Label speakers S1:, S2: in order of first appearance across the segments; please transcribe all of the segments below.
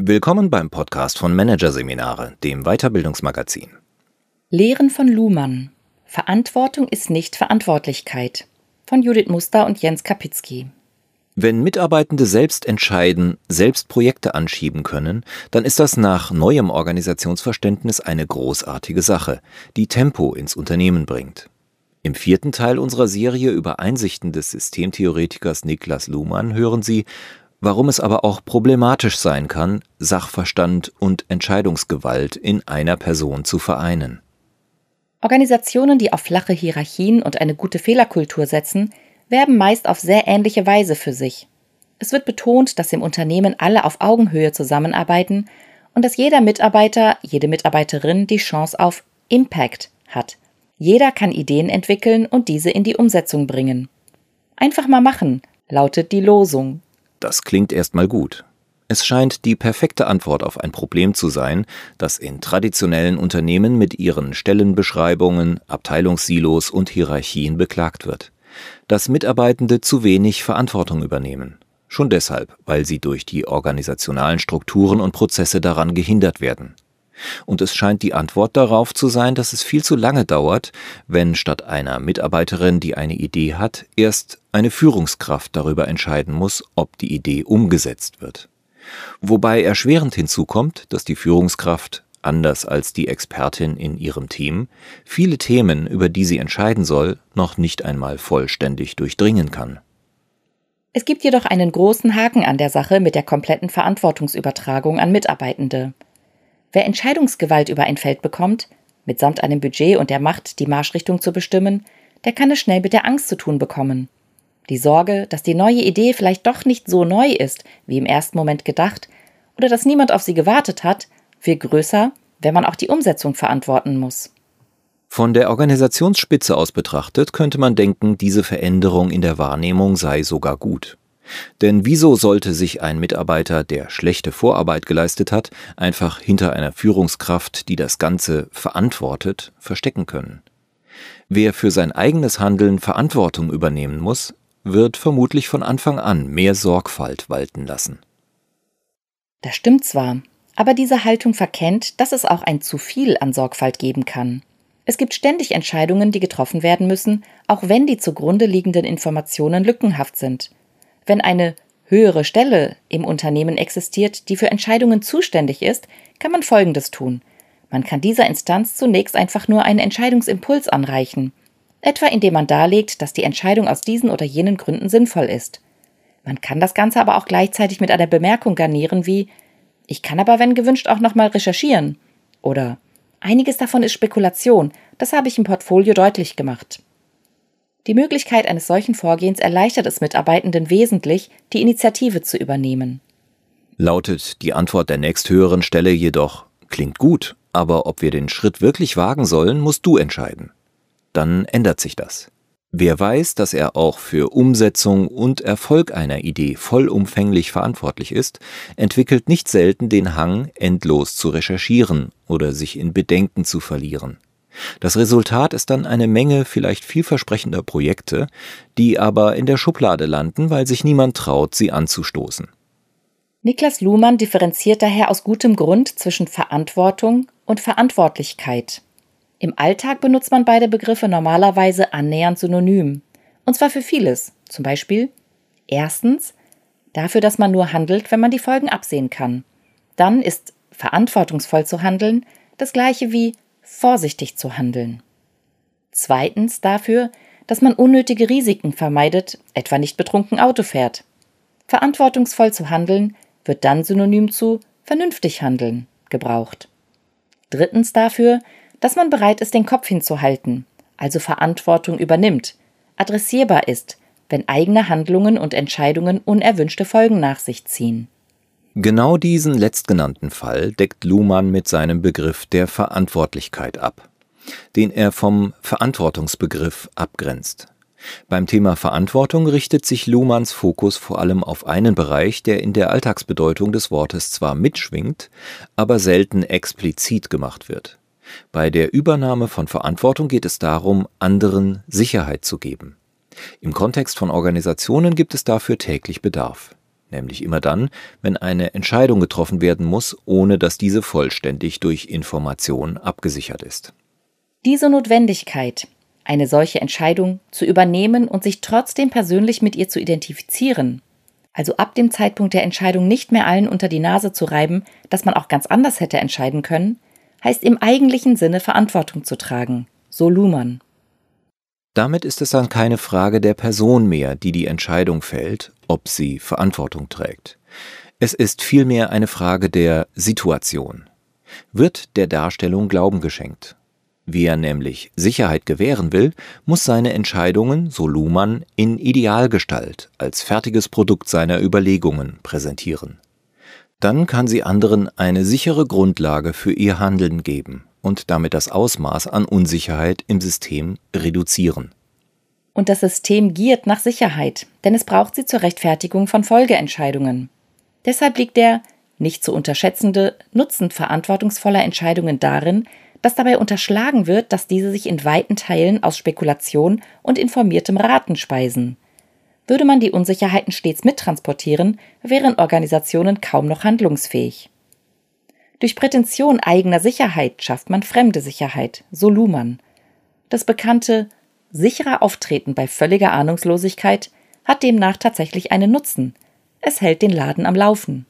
S1: Willkommen beim Podcast von Managerseminare, dem Weiterbildungsmagazin.
S2: Lehren von Luhmann. Verantwortung ist nicht Verantwortlichkeit. Von Judith Muster und Jens Kapitzky.
S1: Wenn Mitarbeitende selbst entscheiden, selbst Projekte anschieben können, dann ist das nach neuem Organisationsverständnis eine großartige Sache, die Tempo ins Unternehmen bringt. Im 4. Teil unserer Serie über Einsichten des Systemtheoretikers Niklas Luhmann hören Sie, warum es aber auch problematisch sein kann, Sachverstand und Entscheidungsgewalt in einer Person zu vereinen.
S2: Organisationen, die auf flache Hierarchien und eine gute Fehlerkultur setzen, werben meist auf sehr ähnliche Weise für sich. Es wird betont, dass im Unternehmen alle auf Augenhöhe zusammenarbeiten und dass jeder Mitarbeiter, jede Mitarbeiterin die Chance auf Impact hat. Jeder kann Ideen entwickeln und diese in die Umsetzung bringen. Einfach mal machen, lautet die Losung.
S1: Das klingt erstmal gut. Es scheint die perfekte Antwort auf ein Problem zu sein, das in traditionellen Unternehmen mit ihren Stellenbeschreibungen, Abteilungssilos und Hierarchien beklagt wird. Dass Mitarbeitende zu wenig Verantwortung übernehmen. Schon deshalb, weil sie durch die organisationalen Strukturen und Prozesse daran gehindert werden. Und es scheint die Antwort darauf zu sein, dass es viel zu lange dauert, wenn statt einer Mitarbeiterin, die eine Idee hat, erst eine Führungskraft darüber entscheiden muss, ob die Idee umgesetzt wird. Wobei erschwerend hinzukommt, dass die Führungskraft, anders als die Expertin in ihrem Team, viele Themen, über die sie entscheiden soll, noch nicht einmal vollständig durchdringen kann.
S2: Es gibt jedoch einen großen Haken an der Sache mit der kompletten Verantwortungsübertragung an Mitarbeitende. Wer Entscheidungsgewalt über ein Feld bekommt, mitsamt einem Budget und der Macht, die Marschrichtung zu bestimmen, der kann es schnell mit der Angst zu tun bekommen. Die Sorge, dass die neue Idee vielleicht doch nicht so neu ist, wie im ersten Moment gedacht, oder dass niemand auf sie gewartet hat, wird größer, wenn man auch die Umsetzung verantworten muss.
S1: Von der Organisationsspitze aus betrachtet könnte man denken, diese Veränderung in der Wahrnehmung sei sogar gut. Denn wieso sollte sich ein Mitarbeiter, der schlechte Vorarbeit geleistet hat, einfach hinter einer Führungskraft, die das Ganze verantwortet, verstecken können? Wer für sein eigenes Handeln Verantwortung übernehmen muss, wird vermutlich von Anfang an mehr Sorgfalt walten lassen.
S2: Das stimmt zwar, aber diese Haltung verkennt, dass es auch ein zu viel an Sorgfalt geben kann. Es gibt ständig Entscheidungen, die getroffen werden müssen, auch wenn die zugrunde liegenden Informationen lückenhaft sind. Wenn eine höhere Stelle im Unternehmen existiert, die für Entscheidungen zuständig ist, kann man Folgendes tun. Man kann dieser Instanz zunächst einfach nur einen Entscheidungsimpuls anreichen. Etwa indem man darlegt, dass die Entscheidung aus diesen oder jenen Gründen sinnvoll ist. Man kann das Ganze aber auch gleichzeitig mit einer Bemerkung garnieren wie: Ich kann aber, wenn gewünscht, auch nochmal recherchieren. Oder: Einiges davon ist Spekulation, das habe ich im Portfolio deutlich gemacht. Die Möglichkeit eines solchen Vorgehens erleichtert es Mitarbeitenden wesentlich, die Initiative zu übernehmen.
S1: Lautet die Antwort der nächsthöheren Stelle jedoch: Klingt gut, aber ob wir den Schritt wirklich wagen sollen, musst du entscheiden. Dann ändert sich das. Wer weiß, dass er auch für Umsetzung und Erfolg einer Idee vollumfänglich verantwortlich ist, entwickelt nicht selten den Hang, endlos zu recherchieren oder sich in Bedenken zu verlieren. Das Resultat ist dann eine Menge vielleicht vielversprechender Projekte, die aber in der Schublade landen, weil sich niemand traut, sie anzustoßen.
S2: Niklas Luhmann differenziert daher aus gutem Grund zwischen Verantwortung und Verantwortlichkeit. Im Alltag benutzt man beide Begriffe normalerweise annähernd synonym. Und zwar für vieles. Zum Beispiel: Erstens, dafür, dass man nur handelt, wenn man die Folgen absehen kann. Dann ist verantwortungsvoll zu handeln das Gleiche wie vorsichtig zu handeln. Zweitens dafür, dass man unnötige Risiken vermeidet, etwa nicht betrunken Auto fährt. Verantwortungsvoll zu handeln wird dann synonym zu vernünftig handeln gebraucht. Drittens dafür, dass man bereit ist, den Kopf hinzuhalten, also Verantwortung übernimmt, adressierbar ist, wenn eigene Handlungen und Entscheidungen unerwünschte Folgen nach sich ziehen.
S1: Genau diesen letztgenannten Fall deckt Luhmann mit seinem Begriff der Verantwortlichkeit ab, den er vom Verantwortungsbegriff abgrenzt. Beim Thema Verantwortung richtet sich Luhmanns Fokus vor allem auf einen Bereich, der in der Alltagsbedeutung des Wortes zwar mitschwingt, aber selten explizit gemacht wird. Bei der Übernahme von Verantwortung geht es darum, anderen Sicherheit zu geben. Im Kontext von Organisationen gibt es dafür täglich Bedarf. nämlich immer dann, wenn eine Entscheidung getroffen werden muss, ohne dass diese vollständig durch Information abgesichert ist.
S2: Diese Notwendigkeit, eine solche Entscheidung zu übernehmen und sich trotzdem persönlich mit ihr zu identifizieren, also ab dem Zeitpunkt der Entscheidung nicht mehr allen unter die Nase zu reiben, dass man auch ganz anders hätte entscheiden können, heißt im eigentlichen Sinne Verantwortung zu tragen, so Luhmann.
S1: Damit ist es dann keine Frage der Person mehr, die die Entscheidung fällt, ob sie Verantwortung trägt. Es ist vielmehr eine Frage der Situation. Wird der Darstellung Glauben geschenkt? Wer nämlich Sicherheit gewähren will, muss seine Entscheidungen, so Luhmann, in Idealgestalt, als fertiges Produkt seiner Überlegungen präsentieren. Dann kann sie anderen eine sichere Grundlage für ihr Handeln geben und damit das Ausmaß an Unsicherheit im System reduzieren.
S2: Und das System giert nach Sicherheit, denn es braucht sie zur Rechtfertigung von Folgeentscheidungen. Deshalb liegt der nicht zu unterschätzende Nutzen verantwortungsvoller Entscheidungen darin, dass dabei unterschlagen wird, dass diese sich in weiten Teilen aus Spekulation und informiertem Raten speisen. Würde man die Unsicherheiten stets mittransportieren, wären Organisationen kaum noch handlungsfähig. Durch Prätension eigener Sicherheit schafft man fremde Sicherheit, so Luhmann. Das bekannte sicherer Auftreten bei völliger Ahnungslosigkeit hat demnach tatsächlich einen Nutzen. Es hält den Laden am Laufen.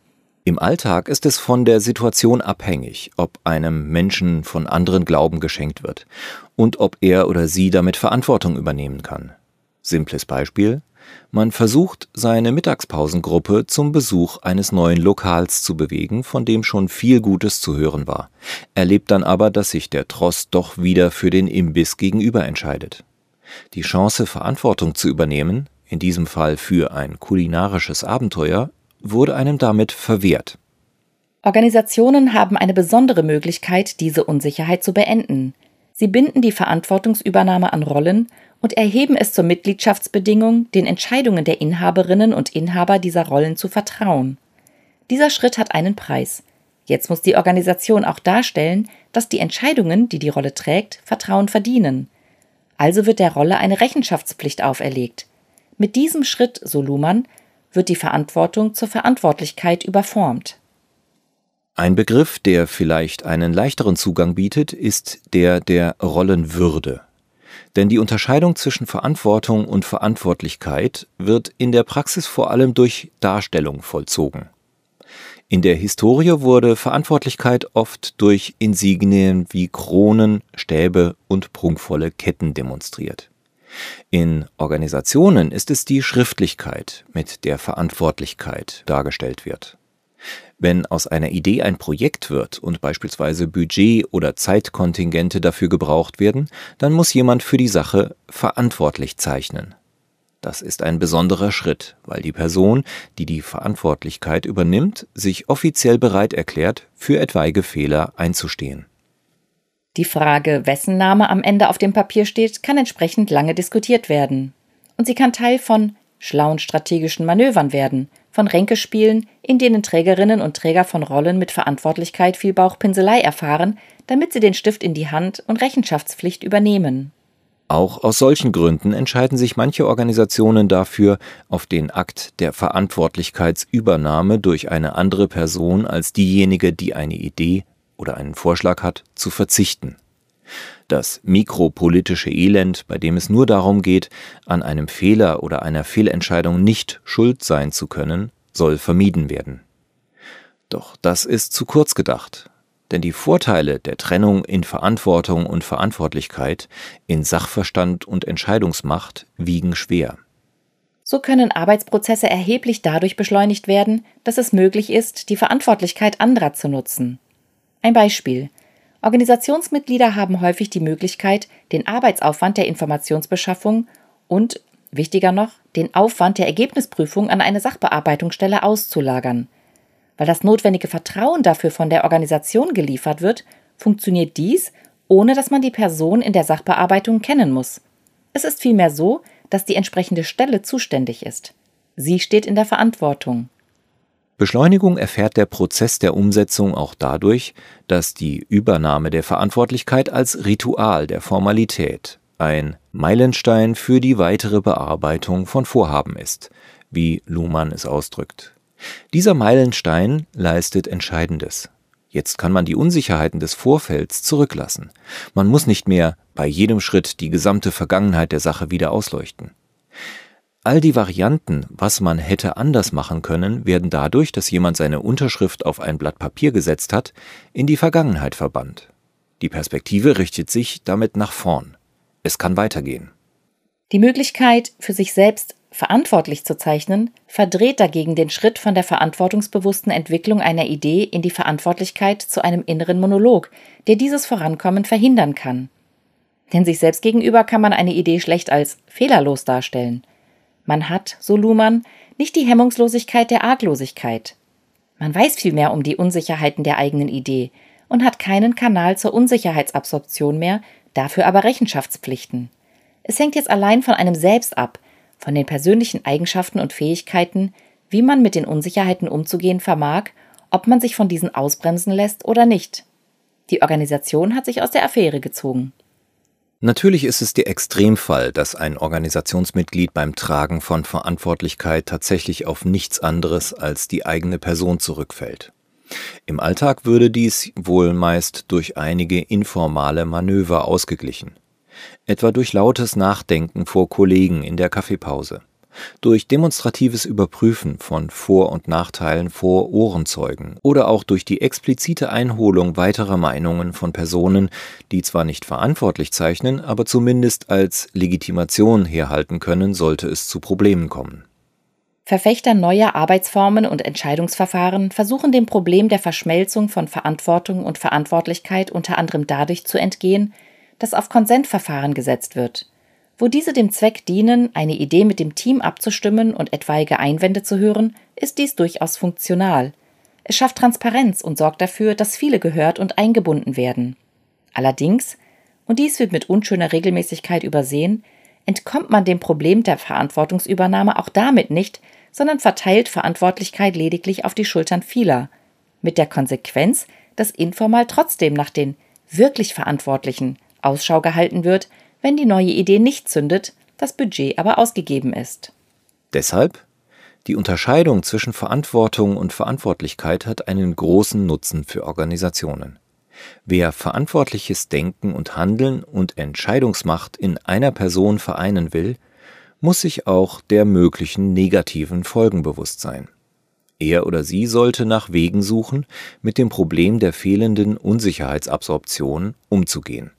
S1: Im Alltag ist es von der Situation abhängig, ob einem Menschen von anderen Glauben geschenkt wird und ob er oder sie damit Verantwortung übernehmen kann. Simples Beispiel: Man versucht, seine Mittagspausengruppe zum Besuch eines neuen Lokals zu bewegen, von dem schon viel Gutes zu hören war, erlebt dann aber, dass sich der Tross doch wieder für den Imbiss gegenüber entscheidet. Die Chance, Verantwortung zu übernehmen, in diesem Fall für ein kulinarisches Abenteuer, wurde einem damit verwehrt.
S2: Organisationen haben eine besondere Möglichkeit, diese Unsicherheit zu beenden. Sie binden die Verantwortungsübernahme an Rollen und erheben es zur Mitgliedschaftsbedingung, den Entscheidungen der Inhaberinnen und Inhaber dieser Rollen zu vertrauen. Dieser Schritt hat einen Preis. Jetzt muss die Organisation auch darstellen, dass die Entscheidungen, die die Rolle trägt, Vertrauen verdienen. Also wird der Rolle eine Rechenschaftspflicht auferlegt. Mit diesem Schritt, so Luhmann, wird die Verantwortung zur Verantwortlichkeit überformt.
S1: Ein Begriff, der vielleicht einen leichteren Zugang bietet, ist der der Rollenwürde. Denn die Unterscheidung zwischen Verantwortung und Verantwortlichkeit wird in der Praxis vor allem durch Darstellung vollzogen. In der Historie wurde Verantwortlichkeit oft durch Insignien wie Kronen, Stäbe und prunkvolle Ketten demonstriert. In Organisationen ist es die Schriftlichkeit, mit der Verantwortlichkeit dargestellt wird. Wenn aus einer Idee ein Projekt wird und beispielsweise Budget oder Zeitkontingente dafür gebraucht werden, dann muss jemand für die Sache verantwortlich zeichnen. Das ist ein besonderer Schritt, weil die Person, die die Verantwortlichkeit übernimmt, sich offiziell bereit erklärt, für etwaige Fehler einzustehen.
S2: Die Frage, wessen Name am Ende auf dem Papier steht, kann entsprechend lange diskutiert werden. Und sie kann Teil von schlauen strategischen Manövern werden, von Ränkespielen, in denen Trägerinnen und Träger von Rollen mit Verantwortlichkeit viel Bauchpinselei erfahren, damit sie den Stift in die Hand und Rechenschaftspflicht übernehmen.
S1: Auch aus solchen Gründen entscheiden sich manche Organisationen dafür, auf den Akt der Verantwortlichkeitsübernahme durch eine andere Person als diejenige, die eine Idee oder einen Vorschlag hat, zu verzichten. Das mikropolitische Elend, bei dem es nur darum geht, an einem Fehler oder einer Fehlentscheidung nicht schuld sein zu können, soll vermieden werden. Doch das ist zu kurz gedacht, denn die Vorteile der Trennung in Verantwortung und Verantwortlichkeit, in Sachverstand und Entscheidungsmacht wiegen schwer.
S2: So können Arbeitsprozesse erheblich dadurch beschleunigt werden, dass es möglich ist, die Verantwortlichkeit anderer zu nutzen. Ein Beispiel: Organisationsmitglieder haben häufig die Möglichkeit, den Arbeitsaufwand der Informationsbeschaffung und, wichtiger noch, den Aufwand der Ergebnisprüfung an eine Sachbearbeitungsstelle auszulagern. Weil das notwendige Vertrauen dafür von der Organisation geliefert wird, funktioniert dies, ohne dass man die Person in der Sachbearbeitung kennen muss. Es ist vielmehr so, dass die entsprechende Stelle zuständig ist. Sie steht in der Verantwortung.
S1: Beschleunigung erfährt der Prozess der Umsetzung auch dadurch, dass die Übernahme der Verantwortlichkeit als Ritual der Formalität ein Meilenstein für die weitere Bearbeitung von Vorhaben ist, wie Luhmann es ausdrückt. Dieser Meilenstein leistet Entscheidendes. Jetzt kann man die Unsicherheiten des Vorfelds zurücklassen. Man muss nicht mehr bei jedem Schritt die gesamte Vergangenheit der Sache wieder ausleuchten. All die Varianten, was man hätte anders machen können, werden dadurch, dass jemand seine Unterschrift auf ein Blatt Papier gesetzt hat, in die Vergangenheit verbannt. Die Perspektive richtet sich damit nach vorn. Es kann weitergehen.
S2: Die Möglichkeit, für sich selbst verantwortlich zu zeichnen, verdreht dagegen den Schritt von der verantwortungsbewussten Entwicklung einer Idee in die Verantwortlichkeit zu einem inneren Monolog, der dieses Vorankommen verhindern kann. Denn sich selbst gegenüber kann man eine Idee schlecht als fehlerlos darstellen. Man hat, so Luhmann, nicht die Hemmungslosigkeit der Arglosigkeit. Man weiß viel mehr um die Unsicherheiten der eigenen Idee und hat keinen Kanal zur Unsicherheitsabsorption mehr, dafür aber Rechenschaftspflichten. Es hängt jetzt allein von einem selbst ab, von den persönlichen Eigenschaften und Fähigkeiten, wie man mit den Unsicherheiten umzugehen vermag, ob man sich von diesen ausbremsen lässt oder nicht. Die Organisation hat sich aus der Affäre gezogen.
S1: Natürlich ist es der Extremfall, dass ein Organisationsmitglied beim Tragen von Verantwortlichkeit tatsächlich auf nichts anderes als die eigene Person zurückfällt. Im Alltag würde dies wohl meist durch einige informale Manöver ausgeglichen. Etwa durch lautes Nachdenken vor Kollegen in der Kaffeepause, durch demonstratives Überprüfen von Vor- und Nachteilen vor Ohrenzeugen oder auch durch die explizite Einholung weiterer Meinungen von Personen, die zwar nicht verantwortlich zeichnen, aber zumindest als Legitimation herhalten können, sollte es zu Problemen kommen.
S2: Verfechter neuer Arbeitsformen und Entscheidungsverfahren versuchen dem Problem der Verschmelzung von Verantwortung und Verantwortlichkeit unter anderem dadurch zu entgehen, dass auf Konsentverfahren gesetzt wird. Wo diese dem Zweck dienen, eine Idee mit dem Team abzustimmen und etwaige Einwände zu hören, ist dies durchaus funktional. Es schafft Transparenz und sorgt dafür, dass viele gehört und eingebunden werden. Allerdings, und dies wird mit unschöner Regelmäßigkeit übersehen, entkommt man dem Problem der Verantwortungsübernahme auch damit nicht, sondern verteilt Verantwortlichkeit lediglich auf die Schultern vieler, mit der Konsequenz, dass informal trotzdem nach den wirklich Verantwortlichen Ausschau gehalten wird, wenn die neue Idee nicht zündet, das Budget aber ausgegeben ist.
S1: Deshalb, die Unterscheidung zwischen Verantwortung und Verantwortlichkeit hat einen großen Nutzen für Organisationen. Wer verantwortliches Denken und Handeln und Entscheidungsmacht in einer Person vereinen will, muss sich auch der möglichen negativen Folgen bewusst sein. Er oder sie sollte nach Wegen suchen, mit dem Problem der fehlenden Unsicherheitsabsorption umzugehen.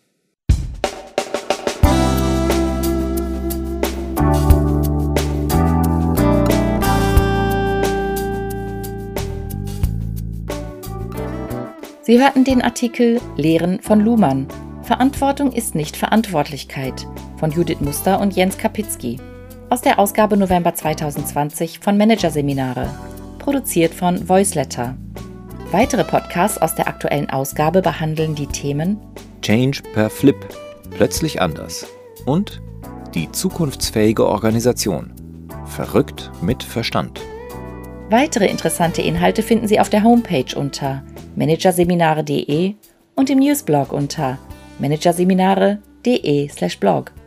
S2: Sie hörten den Artikel Lehren von Luhmann. Verantwortung ist nicht Verantwortlichkeit von Judith Muster und Jens Kapitzky aus der Ausgabe November 2020 von Managerseminare, produziert von Voiceletter. Weitere Podcasts aus der aktuellen Ausgabe behandeln die Themen
S1: Change per Flip, plötzlich anders und die zukunftsfähige Organisation, verrückt mit Verstand.
S2: Weitere interessante Inhalte finden Sie auf der Homepage unter managerseminare.de und im Newsblog unter managerseminare.de/blog.